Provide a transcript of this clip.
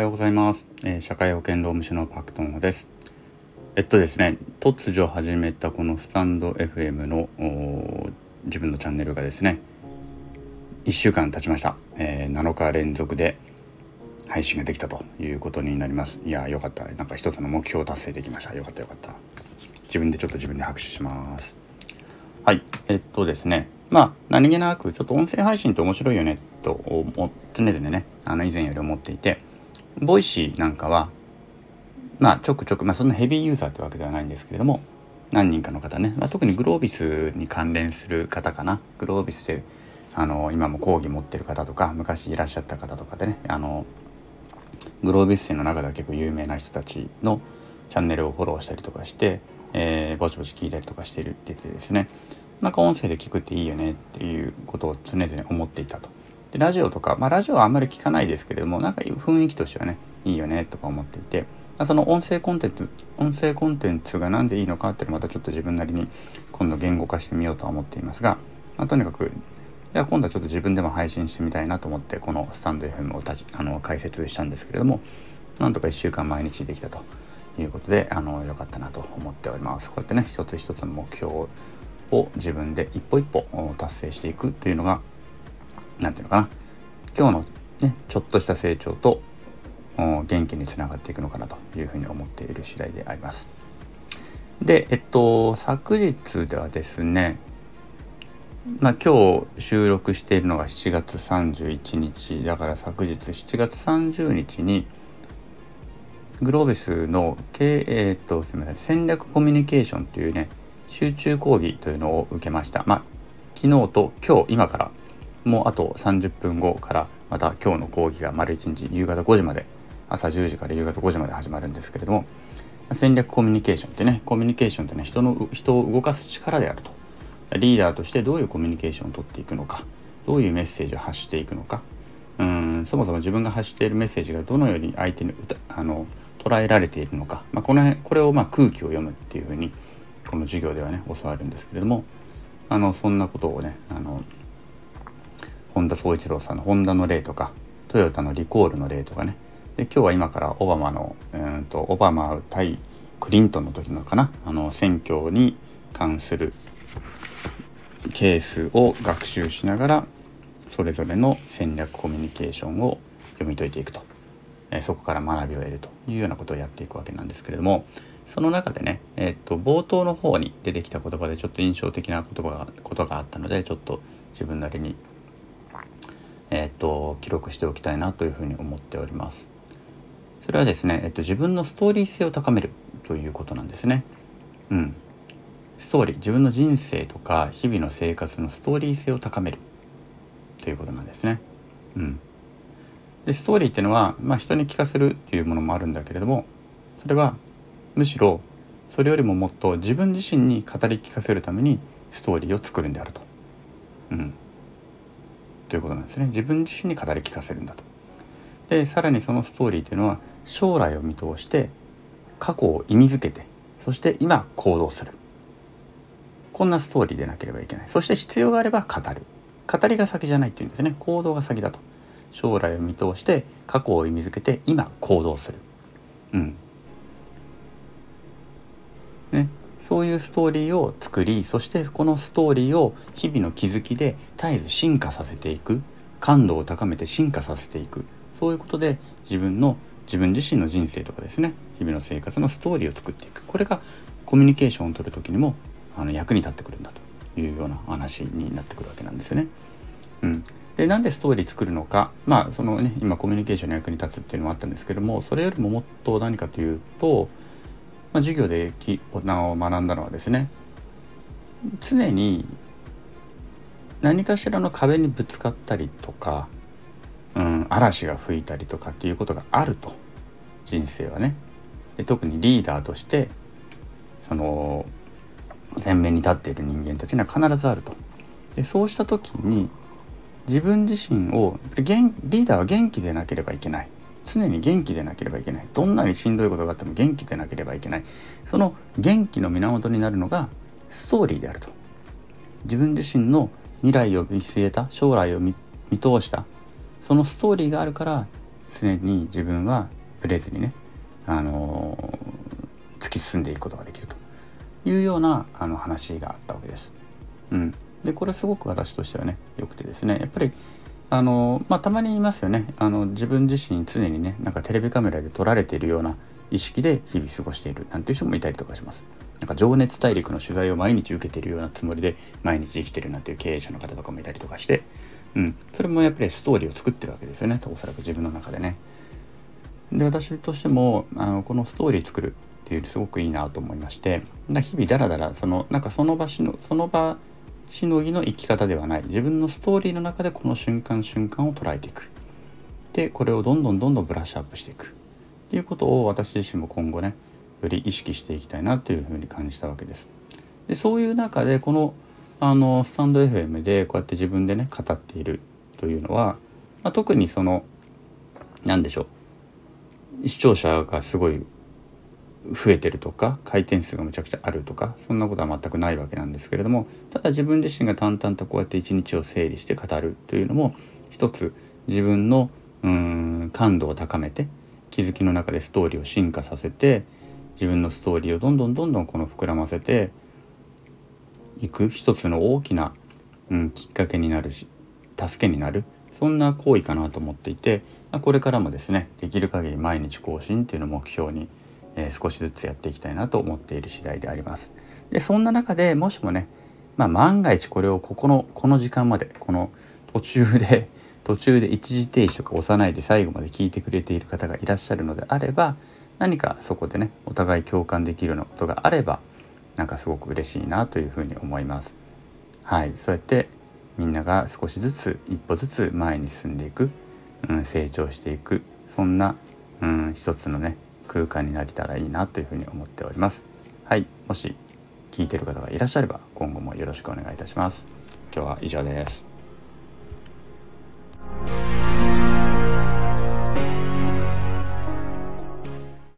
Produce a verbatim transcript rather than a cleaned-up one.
ようございます、えー、社会保険労務士のパクトンです。えっとですね突如始めたこのスタンド エフエム の自分のチャンネルがですねいっしゅうかん経ちました、えー、なのか連続で配信ができたということになります。いやよかった。なんか一つの目標を達成できました。よかったよかった。自分でちょっと自分で拍手します。はい、えっとですねまあ何気なくちょっと音声配信って面白いよねと常々ねあの以前より思っていて、ボイシーなんかはまあちょくちょくまあそんなヘビーユーザーってわけではないんですけれども、何人かの方ね、まあ、特にグロービスに関連する方かな。グロービスであの今も講義持ってる方とか昔いらっしゃった方とかでね、あのグロービス生の中では結構有名な人たちのチャンネルをフォローしたりとかして、えー、ぼちぼち聞いたりとかしてるって言ってですね、なんか音声で聞くっていいよねっていうことを常々思っていたと。でラジオとか、まあラジオはあんまり聞かないですけれども、なんか雰囲気としてはねいいよねとか思っていて、その音声コンテンツ音声コンテンツがなんでいいのかっていうのをまたちょっと自分なりに今度言語化してみようとは思っていますが、まあ、とにかくじゃあ今度はちょっと自分でも配信してみたいなと思ってこのスタンド エフエム を立ちあの開設したんですけれども、なんとかいっしゅうかん毎日できたということで、あの良かったなと思っております。こうやってね一つ一つの目標を自分で一歩一歩達成していくというのがなんていうのかな、今日のねちょっとした成長と元気につながっていくのかなというふうに思っている次第であります。でえっと昨日ではですね、まあ今日収録しているのがしちがつさんじゅういちにちだから、昨日しちがつさんじゅうにちにグロービスの、えー、っとすみません戦略コミュニケーションというね集中講義というのを受けました。まあ昨日と今日今からもうあとさんじゅっぷんごからまた今日の講義が丸いちにち夕方ごじまで、朝じゅうじから夕方ごじまで始まるんですけれども、戦略コミュニケーションってね、コミュニケーションってね人の人を動かす力であると。リーダーとしてどういうコミュニケーションを取っていくのか、どういうメッセージを発していくのか、うーんそもそも自分が発しているメッセージがどのように相手にあの捉えられているのか、まあ、この辺これをまあ空気を読むっていうふうにこの授業ではね教わるんですけれども、あのそんなことをねあの本田宗一郎さんのホンダの例とかトヨタのリコールの例とかね、で今日は今からオバマのうんとオバマ対クリントンの時のかな、あの選挙に関するケースを学習しながらそれぞれの戦略コミュニケーションを読み解いていくと、えそこから学びを得るというようなことをやっていくわけなんですけれども、その中でね、えー、と冒頭の方に出てきた言葉でちょっと印象的な言葉がことがあったので、ちょっと自分なりに、えー、と記録しておきたいなというふうに思っております。それはですね、えー、と自分のストーリー性を高めるということなんですね。うんストーリー、自分の人生とか日々の生活のストーリー性を高めるということなんですね。うん、でストーリーっていうのは、まあ、人に聞かせるっていうものもあるんだけれども、それはむしろそれよりももっと自分自身に語り聞かせるためにストーリーを作るんであると、うん、ということなんですね。自分自身に語り聞かせるんだと。でさらにそのストーリーっていうのは将来を見通して過去を意味づけて、そして今行動する、こんなストーリーでなければいけない。そして必要があれば語る。語りが先じゃないっていうんですね。行動が先だと。将来を見通して過去を意味づけて今行動する。うん。ね。そういうストーリーを作り、そしてこのストーリーを日々の気づきで絶えず進化させていく。感度を高めて進化させていく。そういうことで自分の自分自身の人生とかですね、日々の生活のストーリーを作っていく。これがコミュニケーションを取るときにもあの役に立ってくるんだというような話になってくるわけなんですね。うん、でなんでストーリー作るのか、まあそのね今コミュニケーションに役に立つっていうのもあったんですけども、それよりももっと何かというと、まあ、授業できを学んだのはですね、常に何かしらの壁にぶつかったりとか、うん、嵐が吹いたりとかっていうことがあると、人生はね。で特にリーダーとしてその前面に立っている人間たちには必ずあると。でそうした時に自分自身をリーダーは元気でなければいけない。常に元気でなければいけない。どんなにしんどいことがあっても元気でなければいけない。その元気の源になるのがストーリーであると。自分自身の未来を見据えた、将来を 見, 見通したそのストーリーがあるから、 常に自分はブレずにね、あのー、突き進んでいくことができるというようなあの話があったわけです。うん、でこれすごく私としてはね良くてですね、やっぱりあのまあたまに言いますよね、あの自分自身常にねなんかテレビカメラで撮られているような意識で日々過ごしているなんていう人もいたりとかします。なんか情熱大陸の取材を毎日受けているようなつもりで毎日生きているなんていう経営者の方とかもいたりとかして、うん、それもやっぱりストーリーを作ってるわけですよね、おそらく自分の中でね。で私としてもあのこのストーリー作るっていうすごくいいなと思いまして、だ日々だらだらそのなんかその場しのその場しのぎの生き方ではない、自分のストーリーの中でこの瞬間瞬間を捉えていく、でこれをどんどんどんどんブラッシュアップしていくっていうことを私自身も今後ねより意識していきたいなというふうに感じたわけです。でそういう中でこのあのスタンド エフエム でこうやって自分でね語っているというのは、まあ、特にその何でしょう、視聴者がすごい増えてるとか回転数がむちゃくちゃあるとかそんなことは全くないわけなんですけれども、ただ自分自身が淡々とこうやって一日を整理して語るというのも一つ自分のうーん感度を高めて気づきの中でストーリーを進化させて自分のストーリーをどんどんどんどんこの膨らませていく一つの大きな、うん、きっかけになるし助けになる、そんな行為かなと思っていて、これからもですねできる限り毎日更新っていうのを目標に、えー、少しずつやっていきたいなと思っている次第であります。でそんな中でもしもね、まあ、万が一これをここのこの時間までこの途中で途中で一時停止とか押さないで最後まで聞いてくれている方がいらっしゃるのであれば、何かそこでねお互い共感できるようなことがあればなんかすごく嬉しいなというふうに思います。はい、そうやってみんなが少しずつ一歩ずつ前に進んでいく、うん、成長していく、そんな、うん、一つのね空間になれたらいいなというふうに思っております。はい、もし聞いている方がいらっしゃれば今後もよろしくお願いいたします。今日は以上です。